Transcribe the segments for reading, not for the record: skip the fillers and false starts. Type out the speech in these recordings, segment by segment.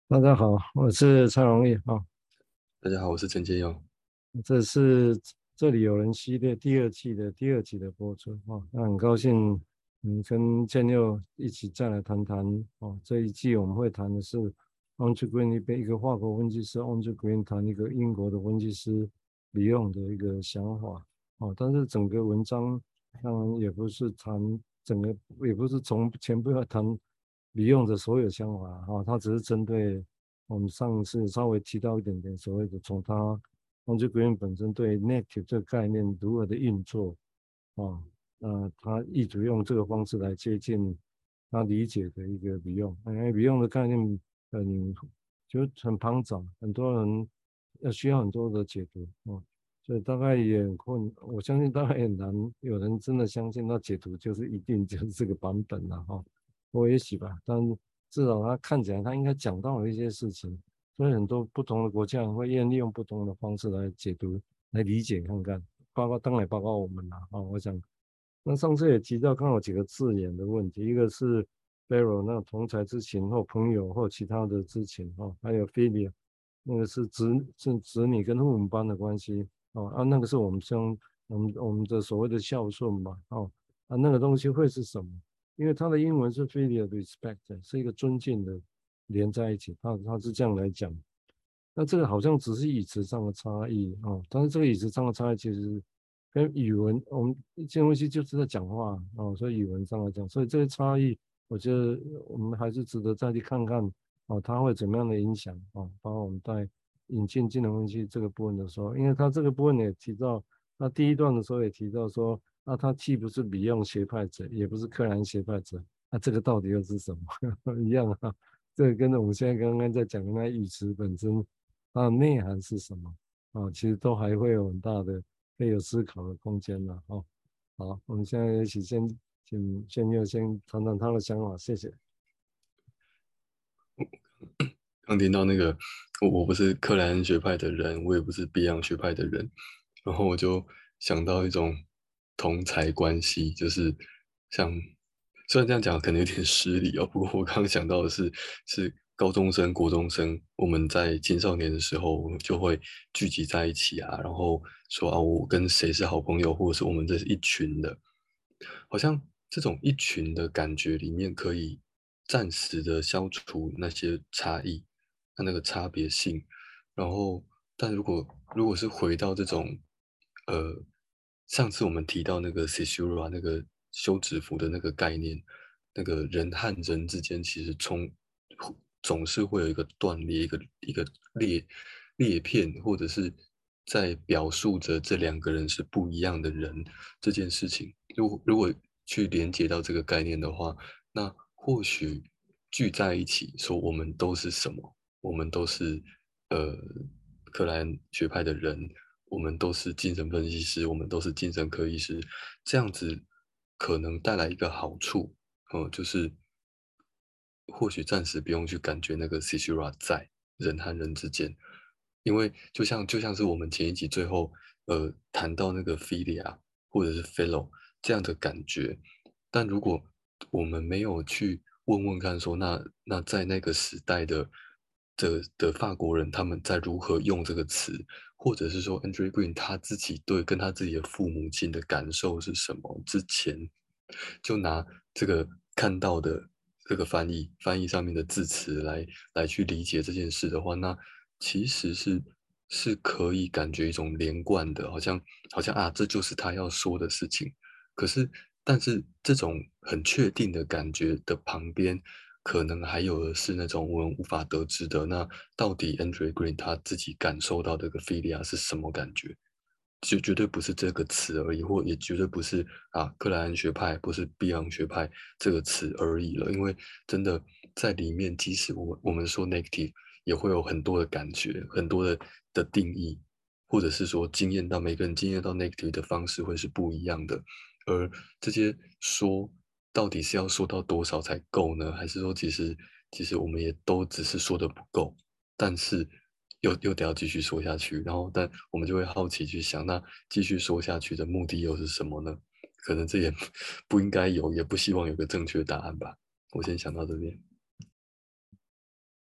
大家好，我是蔡荣义啊。 大家好，我是陈建佑。 这是这里有人系列第二季的第二集的播出啊。那很高兴跟建佑一起再来谈谈哦。这一季我们会谈的是 Andre Green 一个法国分析师 Andre Green 谈一个英国的分析师李用的一个想法哦。但是整个文章当然也不是谈整个，也不是从全部要谈李用的所有想法啊。他只是针对我们上次稍微提到一点点所谓的从他工具 Green 本身对 native 这个概念如何的运作啊。他一直用这个方式来接近他理解的一个利用，因为利用的概念很就很庞杂，很多人需要很多的解读啊。所以大概也很困，我相信大概也很难有人真的相信那解读就是一定就是这个版本了哈。我也许吧，但至少他看起来他应该讲到了一些事情，所以很多不同的国家会愿意用不同的方式来解读、来理解看看，当然包括我们啦我想，那上次也提到刚好几个字眼的问题，一个是 Barrow 那同才之情或朋友或其他的之情还有 Philia 那个是子女跟父母般的关系那个是我们的所谓的孝顺嘛那个东西会是什么？因为它的英文是 filial respect，是一个尊敬的连在一起，它是这样来讲。那这个好像只是语词上的差异但是这个语词上的差异其实跟语文，我们这东西就是在讲话所以语文上来讲，所以这个差异，我觉得我们还是值得再去看看它会怎么样的影响包括我们在引进技能分析这个部分的时候，因为它这个部分也提到，那第一段的时候也提到说，那他既不是比用学派者，也不是克兰学派者，那这个到底又是什么？一样这个跟我们现在刚刚在讲的那语词本身它的内涵是什么其实都还会有很大的可以有思考的空间的好，我们现在一起请建佑先谈谈他的想法，谢谢。 刚听到那个，我不是克莱恩学派的人，我也不是比昂学派的人，然后我就想到一种同才关系，就是像虽然这样讲可能有点失礼不过我刚刚想到的是高中生、国中生，我们在青少年的时候，我们就会聚集在一起然后说我跟谁是好朋友，或者是我们这是一群的，好像这种一群的感觉里面，可以暂时的消除那些差异，那个差别性。然后，但如果是回到这种，呃，上次我们提到那个 caesura 那个休止符的那个概念，那个人和人之间其实总是会有一个断裂，一个裂片，或者是在表述着这两个人是不一样的人这件事情。如果去连接到这个概念的话，那或许聚在一起说我们都是什么，我们都是呃克莱恩学派的人，我们都是精神分析师，我们都是精神科医师，这样子可能带来一个好处，就是或许暂时不用去感觉那个 c i s u r a 在人和人之间，因为就像是我们前一集最后谈到那个 philia 或者是 fellow 这样的感觉，但如果我们没有去问问看说，那在那个时代的法国人他们在如何用这个词，或者是说 Andre Green 他自己跟他自己的父母亲的感受是什么？之前就拿这个看到的这个翻译上面的字词来去理解这件事的话，那其实是可以感觉一种连贯的，好像这就是他要说的事情。可是，但是这种很确定的感觉的旁边，可能还有的是那种我们无法得知的。那到底 Andre Green 他自己感受到的这个 philia 是什么感觉？就绝对不是这个词而已，或也绝对不是克莱恩学派，不是碧昂学派这个词而已了。因为真的在里面，即使我们说 negative，也会有很多的感觉，很多的定义，或者是说每个人经验到 negative 的方式会是不一样的。而这些说到底是要说到多少才够呢？还是说其实我们也都只是说的不够？但是又得要继续说下去，然后但我们就会好奇去想，那继续说下去的目的又是什么呢？可能这也不应该有，也不希望有个正确答案吧。我先想到这边。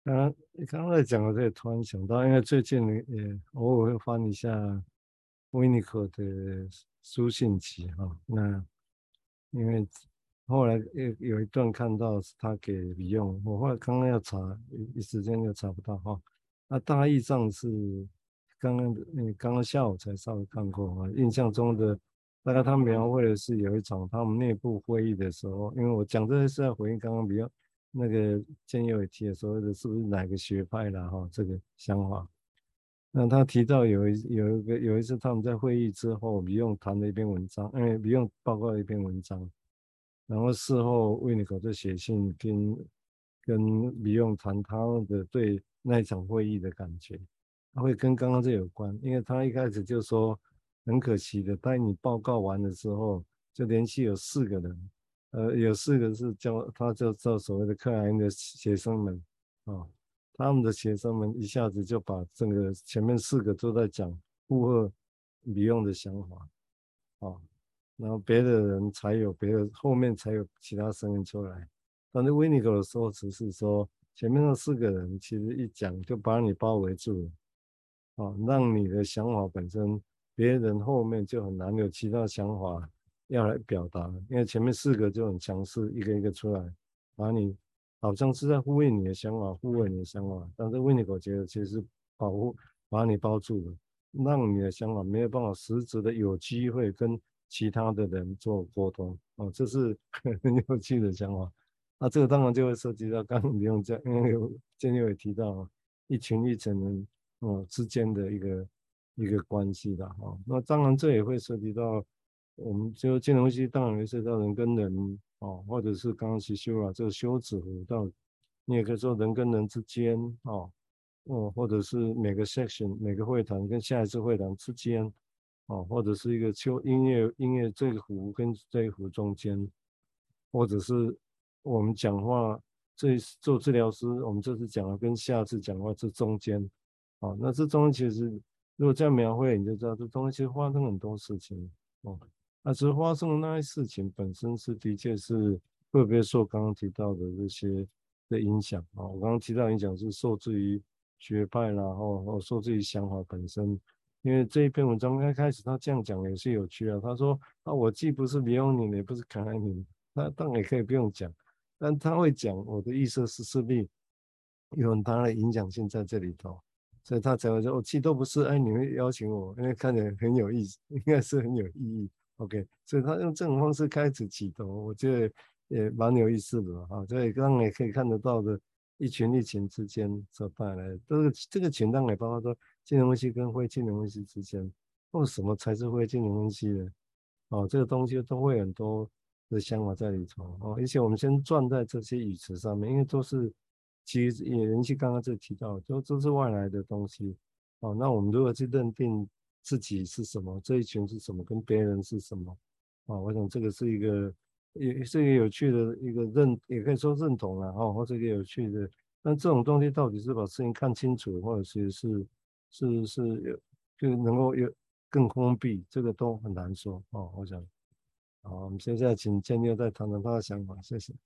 刚刚在讲的这个，突然想到，因为最近也偶尔会翻一下 Winnicott 的书信集哈。那因为后来有一段看到是他给李用，我后来刚刚要查，一时间又查不到哈。那大意上是刚刚下午才稍微看过啊，印象中的大概他描绘的是有一场他们内部会议的时候，因为我讲这些是在回应刚刚比较那个建友也提的所谓的是不是哪个学派啦哈这个想法。那他提到有一次他们在会议之后，李用谈了一篇文章，李用报告了一篇文章，然后事后维尼口就写信跟李用谈他的对那一场会议的感觉，他会跟刚刚这有关，因为他一开始就说很可惜的，当你报告完了之后，就连续有4个人，有4个是他就叫所谓的克莱恩的学生们啊。他们的学生们一下子就把这个前面4个都在讲附和李用的想法，哦，然后别的人才有别的，后面才有其他声音出来。但是维尼狗的说辞是说，前面那4个人其实一讲就把你包围住了，让你的想法本身，别人后面就很难有其他想法要来表达，因为前面4个就很强势，一个一个出来，把你好像是在呼应你的想法，护卫你的想法，但是维尼狗觉得其实是把你包住了，让你的想法没有办法实质的有机会跟其他的人做沟通，这是很有趣的想法。那这个当然就会涉及到刚刚不用讲，因为建佑也提到一群一群人之间的一个关系的哈。那当然这也会涉及到，我们就金融系当然会涉及到人跟人或者是刚刚提修了这个休止符到，你也可以说人跟人之间或者是每个 section 每个会谈跟下一次会谈之间或者是一个音乐这个符跟这个符中间，或者是我们讲话做治疗师，我们这次讲的跟下次讲话这中间，那这中间其实如果这样描绘，你就知道这中间其实发生很多事情那只是发生的那些事情本身是的确是会不会受刚刚提到的这些的影响我刚刚提到影响是受制于学派啦，受制于想法本身。因为这一篇文章刚开始他这样讲也是有趣他说我既不是李欧宁，也不是凯恩宁，那当然也可以不用讲，但他会讲我的意思是力有很大的影响性在这里头，所以他才会说我既都不是，你会邀请我，因为看起来很有意思，应该是很有意义。OK，所以他用这种方式开始起头，我觉得也蛮有意思的所以刚刚也可以看得到的，一群一群之间所带来的，这个群当然也包括说金融分析跟非金融分析之间，或者什么才是非金融分析的这个东西都会很多的想法在里头而且我们先转在这些语词上面，因为都是其实也联系刚刚这提到，都是外来的东西那我们如何去认定自己是什么，这一群是什么，跟别人是什么我想这个是一个也是一个有趣的一个也可以说认同了或者一个有趣的，但这种东西到底是把事情看清楚，或者是有就能够更封闭，这个都很难说我想好，我们现在请建佑再谈谈他的想法，谢谢。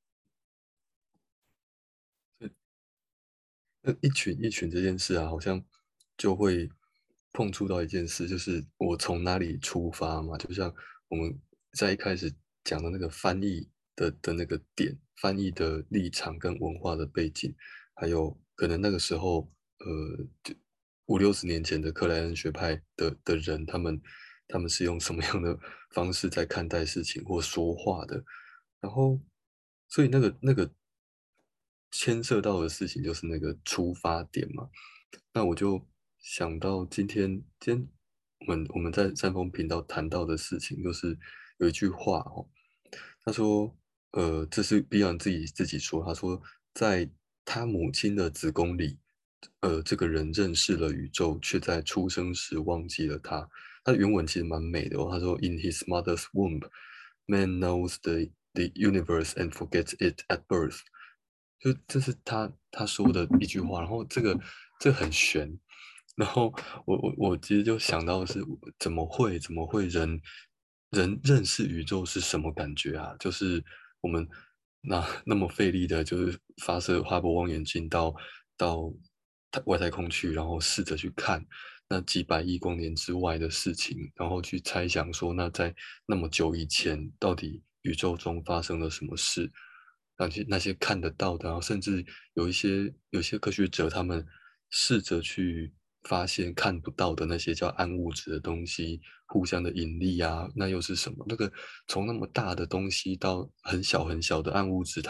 那一群一群这件事好像就会碰触到一件事，就是我从哪里出发嘛，就像我们在一开始讲的那个翻译的那个点，翻译的立场跟文化的背景，还有可能那个时候，就50、60年前的克莱恩学派的人，他们是用什么样的方式在看待事情或说话的，然后，所以那个牵涉到的事情就是那个出发点嘛。那我就想到今天我们在三丰频道谈到的事情，就是有一句话他说，这是碧昂自己说，他说在他母亲的子宫里，这个人认识了宇宙，却在出生时忘记了他。他原文其实蛮美的他说，In his mother's womb, man knows the universe and forgets it at birth。就这是他说的一句话，然后这很玄，然后我其实就想到的是怎么会人认识宇宙是什么感觉啊？就是我们那么费力的，就是发射哈勃望远镜到外太空去，然后试着去看那几百亿光年之外的事情，然后去猜想说，那在那么久以前，到底宇宙中发生了什么事？那些看得到的，然后甚至有些科学者他们试着去发现看不到的那些叫暗物质的东西，互相的引力啊，那又是什么？那个从那么大的东西到很小很小的暗物质，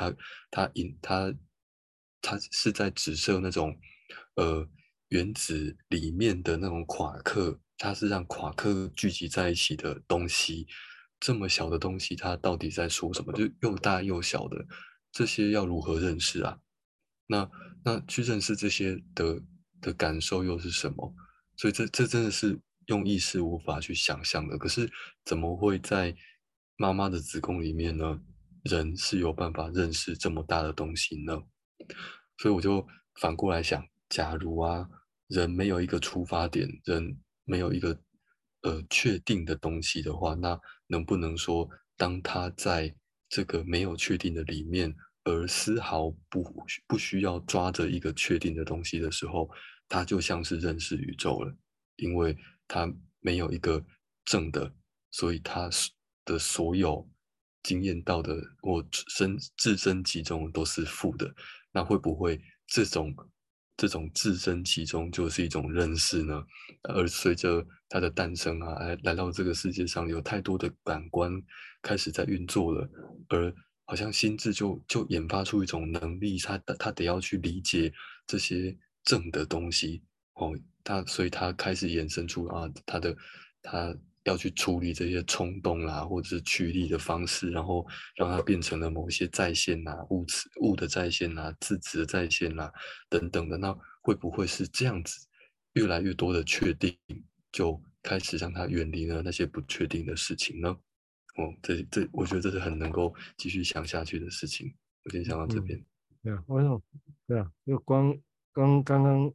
它是在指涉那种原子里面的那种夸克，它是让夸克聚集在一起的东西。这么小的东西，它到底在说什么？就又大又小的，这些要如何认识啊？那去认识这些的感受又是什么？所以这真的是用意识无法去想象的。可是怎么会在妈妈的子宫里面呢？人是有办法认识这么大的东西呢？所以我就反过来想，假如啊，人没有一个出发点，人没有一个确定的东西的话，那能不能说，当他在这个没有确定的里面，而丝毫不需要抓着一个确定的东西的时候，他就像是认识宇宙了，因为他没有一个正的，所以的所有经验到的或自身其中都是负的。那会不会这种置身其中就是一种认识呢？而随着它的诞生啊，来到这个世界上，有太多的感官开始在运作了，而好像心智就研发出一种能力，他得要去理解这些正的东西哦，所以他开始衍生出啊，他要去处理这些冲动啦，或者是驱力的方式，然后让它变成了某一些在线呐、物的在线呐、质子的在线呐、等等的。那会不会是这样子，越来越多的确定，就开始让他远离了那些不确定的事情呢？哦，我觉得这是很能够继续想下去的事情。我先想到这嗯， 边。 对啊，我想，对啊，就刚刚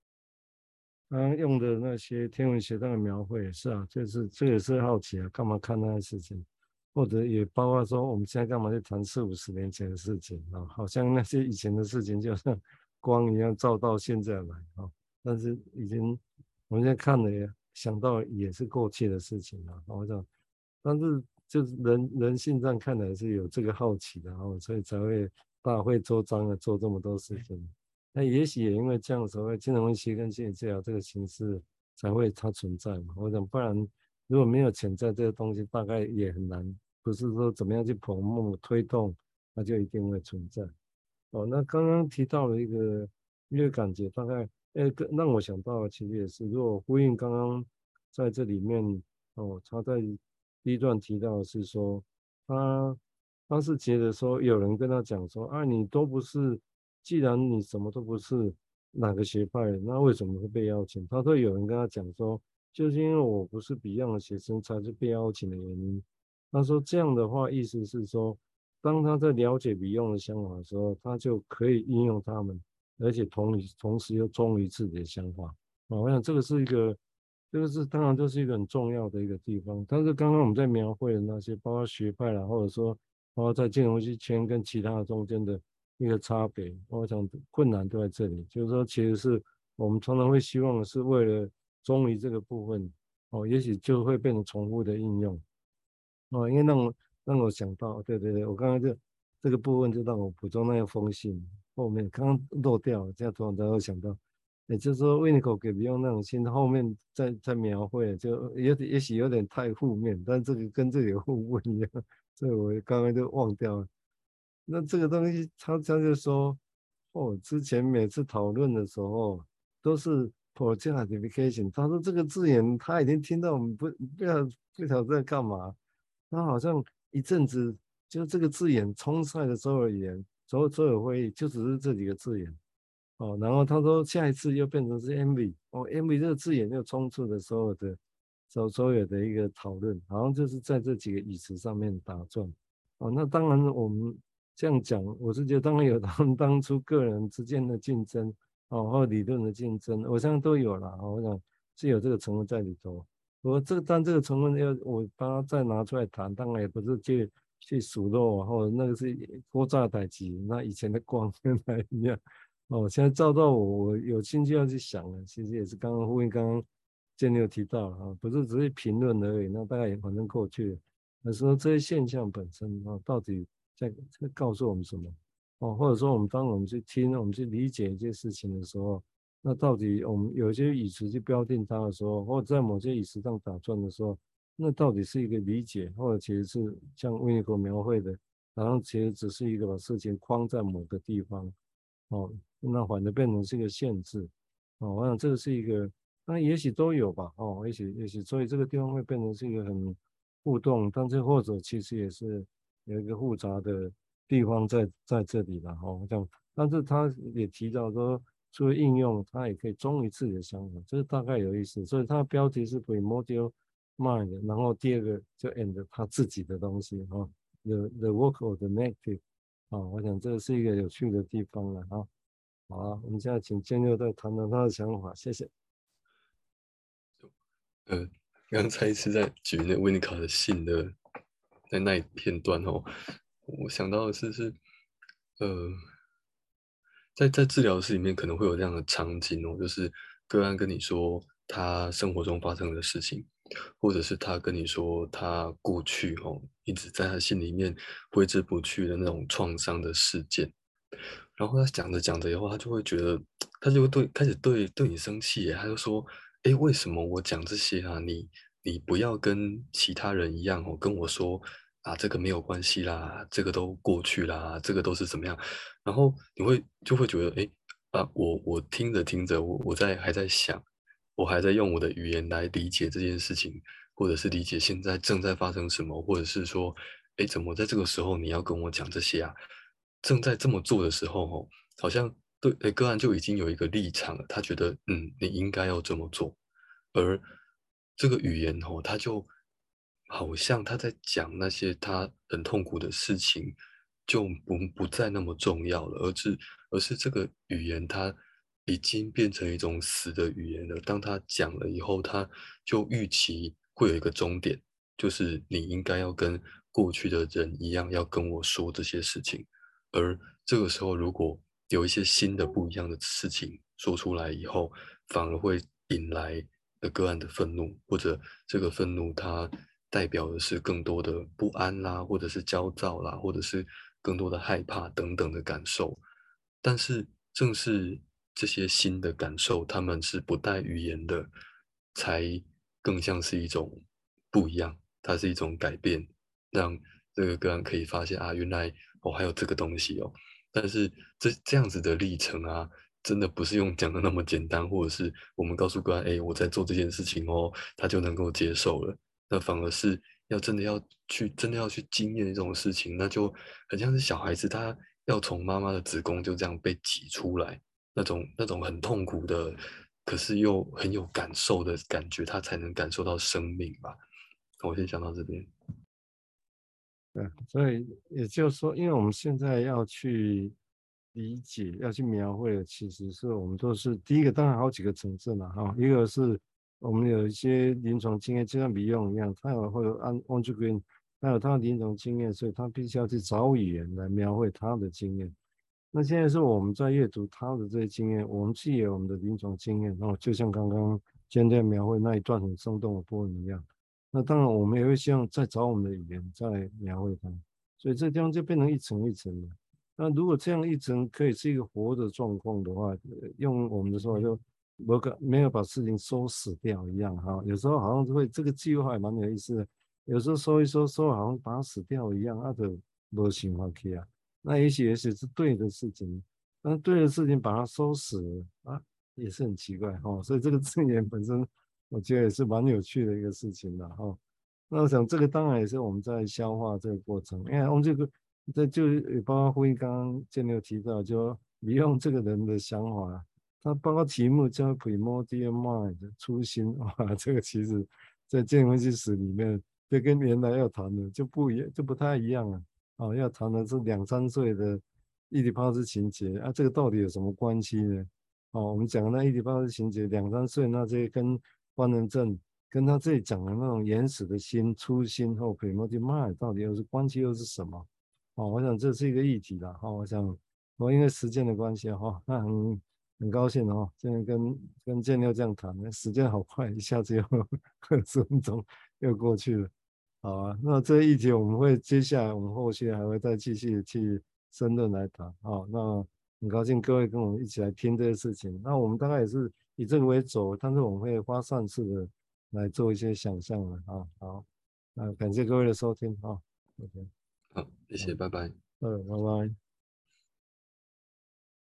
用的那些天文学上的描绘也是啊，就是这也是好奇啊，干嘛看那些事情，或者也包括说我们现在干嘛去谈40-50年前的事情啊，好像那些以前的事情就像光一样照到现在来啊，但是已经我们现在看了也想到也是过去的事情了，我想，但是就是人性上看来是有这个好奇的哦，所以才会大费周章的做这么多事情。那也许也因为这样，所谓金融分析跟心理治疗这个形式才会它存在嘛。我想，不然如果没有潜在这个东西，大概也很难，不是说怎么样去捧梦推动，它就一定会存在。哦，那刚刚提到了一个乐感觉，大概让我想到的其实也是，如果呼应刚刚在这里面哦，他在第一段提到的是说，他他是觉得说有人跟他讲说，啊，你都不是，既然你什么都不是哪个学派的，那为什么会被邀请？他说有人跟他讲说，就是因为我不是 Beyond 的学生，才是被邀请的原因。他说这样的话，意思是说。当他在了解 Beyond 的想法的时候，他就可以应用他们，而且同时又忠于自己的想法。啊，我想这个是一个，这个是当然这是一个很重要的一个地方。但是刚刚我们在描绘的那些，包括学派啦，或者说包括在金融圈跟其他的中间的一个差别，我想困难都在这里。就是说，其实是我们常常会希望的是为了忠于这个部分，哦，也许就会变成重复的应用。哦，因为让我想到，对对对，我刚刚这个部分就让我补充那封信后面刚刚漏掉了，这样突然才会想到，也就是说 w i n c o 给不用那种信后面再描绘，就也许有点太负面，但这个跟这个互不一样，这个我刚刚就忘掉了。那这个东西他就说，哦，之前每次讨论的时候都是 project identification，他说这个字眼他已经听到我们不晓得在干嘛。他好像一阵子就这个字眼冲出来的时候而言，所有会议就只是这几个字眼哦。然后他说下一次又变成是 envy 哦，envy 这个字眼又冲出的所有的一个讨论，好像就是在这几个语词上面打转哦。那当然我们这样讲，我是觉得当然有他们当初个人之间的竞争哦，或理论的竞争，我相信都有啦。哦，我想是有这个成分在里头。但这个成分要我把它再拿出来谈，当然也不是去数落，或者那个是锅炸代级，那以前的光跟来一样。 哦，现在照到我有兴趣要去想了，其实也是刚刚呼应刚刚建立有提到啊，不是只是评论而已，那大概也反正过去了。有时候这些现象本身啊，到底在告诉我们什么？哦，或者说当我们去听、我们去理解一件事情的时候，那到底我们有一些语词去标定它的时候，或者在某些语词上打转的时候，那到底是一个理解，或者其实是像维尼口描绘的，好像其实只是一个把事情框在某个地方。哦，那反而变成是一个限制。哦，我想这个是一个，那也许都有吧。哦，也许，所以这个地方会变成是一个很互动，但是或者其实也是有一个复杂的地方在这里了。哦，这样，但是他也提到说，除了应用，他也可以忠于自己的想法，这个大概有意思。所以它的标题是 Primordial Mind，然后第二个就 and 他自己的东西。哦，the work of the negative。我想这是一个有趣的地方了哈。好啊，我们现在请建六再谈谈他的想法，谢谢。 呃，刚才是在举那维尼卡的信的，在那一片段哦，我想到的是，呃，在治疗室里面可能会有这样的场景哦，就是个案跟你说他生活中发生的事情，或者是他跟你说他过去哦一直在他心里面挥之不去的那种创伤的事件，然后他讲着讲着以后，他就会觉得，他就会开始对你生气耶，他就说，诶，为什么我讲这些啊？你不要跟其他人一样哦，跟我说啊，这个没有关系啦，这个都过去啦，这个都是怎么样？然后就会觉得，诶，啊，我听着听着，我还在想，我还在用我的语言来理解这件事情，或者是理解现在正在发生什么，或者是说，诶，怎么在这个时候你要跟我讲这些啊？正在这么做的时候，哦，好像对，个案就已经有一个立场了，他觉得，你应该要这么做，而这个语言，哦，他就好像他在讲那些他很痛苦的事情，就不再那么重要了，而是这个语言它已经变成一种死的语言了。当他讲了以后，他就预期会有一个终点，就是你应该要跟过去的人一样，要跟我说这些事情。而这个时候，如果有一些新的不一样的事情说出来以后，反而会引来个案的愤怒，或者这个愤怒它代表的是更多的不安啦，或者是焦躁啦，或者是更多的害怕等等的感受。但是正是这些新的感受，他们是不带语言的，才更像是一种不一样，它是一种改变，让这个个案可以发现啊，原来还有这个东西哦。但是这样子的历程啊，真的不是用讲的那么简单，或者是我们告诉个案，哎，我在做这件事情哦，他就能够接受了。那反而是真的要去经验这种事情，那就很像是小孩子他要从妈妈的子宫就这样被挤出来，那种很痛苦的，可是又很有感受的感觉，他才能感受到生命吧。我先想到这边。 对，所以也就是说，因为我们现在要去理解、要去描绘的，其实是我们都是第一个，当然好几个层次嘛，哈，一个是我们有一些临床经验，就像米用一样，他有或者按 Andrew Green，他有他的临床经验，所以他必须要去找语言来描绘他的经验。那现在是我们在阅读他的这些经验，我们既有我们的临床经验，然后就像刚刚今天描绘那一段很生动的部分一样。那当然，我们也会希望再找我们的语言再描绘它，所以这地方就变成一层一层的。那如果这样一层可以是一个活的状况的话，用我们的说法就没有把事情收死掉一样哈。有时候好像会这个计划还蛮有意思的，有时候收一收收好像把它死掉一样，那就没想法去啊。那也许是对的事情，但对的事情把它收死了啊，也是很奇怪哈。所以这个字眼本身。我觉得也是蛮有趣的一个事情的哈。那我想这个当然也是我们在消化这个过程，因为我们这就也包括呼应刚刚建六提到，就利用这个人的想法，他包括题目叫 Primordial Mind 初心哇，这个其实在建分析史里面，就跟原来要谈的就不一样，就不太一样了。要谈的是两三岁的伊底帕斯情节啊，这个到底有什么关系呢？我们讲的那伊底帕斯情节，两三岁那这些跟官能症跟他这里讲的那种原始的心、初心或 primitive mind 到底又是关系又是什么？我想这是一个议题啦。我想我因为时间的关系哈，那很高兴哦，现在跟建佑这样谈，时间好快，一下子又20分钟又过去了。好啊，那这一题我们会接下来我们后续还会再继续去深入来谈啊。那很高兴各位跟我们一起来听这些事情。那我们大概也是以这个为主，但是我们会发散式的来做一些想象的啊。好，那感谢各位的收听啊。OK， 好，谢好， 谢，拜拜。 拜拜。